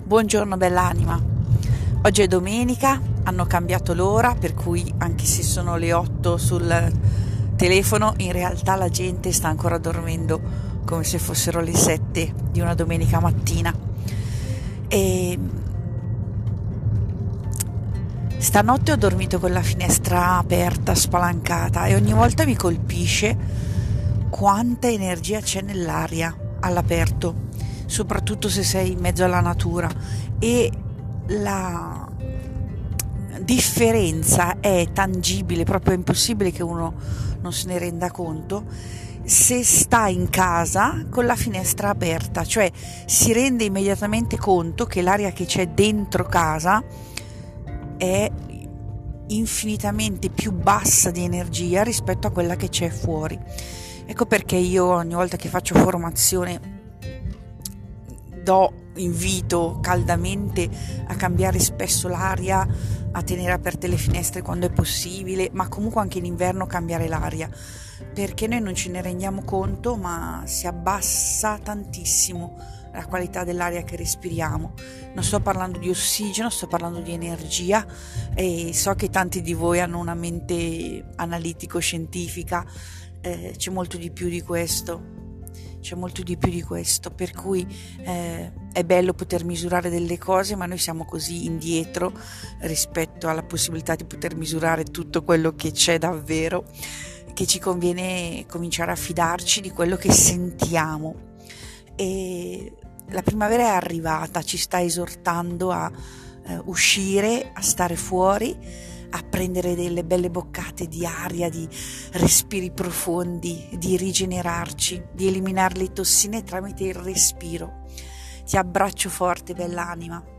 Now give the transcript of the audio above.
Buongiorno bell'anima, oggi è domenica, hanno cambiato l'ora, per cui anche se sono le 8 sul telefono, in realtà la gente sta ancora dormendo come se fossero le 7 di una domenica mattina. E stanotte ho dormito con la finestra aperta, spalancata, e ogni volta mi colpisce quanta energia c'è nell'aria all'aperto, soprattutto se sei in mezzo alla natura, e la differenza è tangibile, proprio è impossibile che uno non se ne renda conto se sta in casa con la finestra aperta, cioè si rende immediatamente conto che l'aria che c'è dentro casa è infinitamente più bassa di energia rispetto a quella che c'è fuori. Ecco perché io ogni volta che faccio formazione invito caldamente a cambiare spesso l'aria, a tenere aperte le finestre quando è possibile, ma comunque anche in inverno cambiare l'aria, perché noi non ce ne rendiamo conto, ma si abbassa tantissimo la qualità dell'aria che respiriamo. Non sto parlando di ossigeno, sto parlando di energia, e so che tanti di voi hanno una mente analitico-scientifica. C'è molto di più di questo. Per cui è bello poter misurare delle cose, ma noi siamo così indietro rispetto alla possibilità di poter misurare tutto quello che c'è davvero, che ci conviene cominciare a fidarci di quello che sentiamo. E la primavera è arrivata, ci sta esortando a uscire, a stare fuori, a prendere delle belle boccate di aria, di respiri profondi, di rigenerarci, di eliminare le tossine tramite il respiro. Ti abbraccio forte, bell'anima.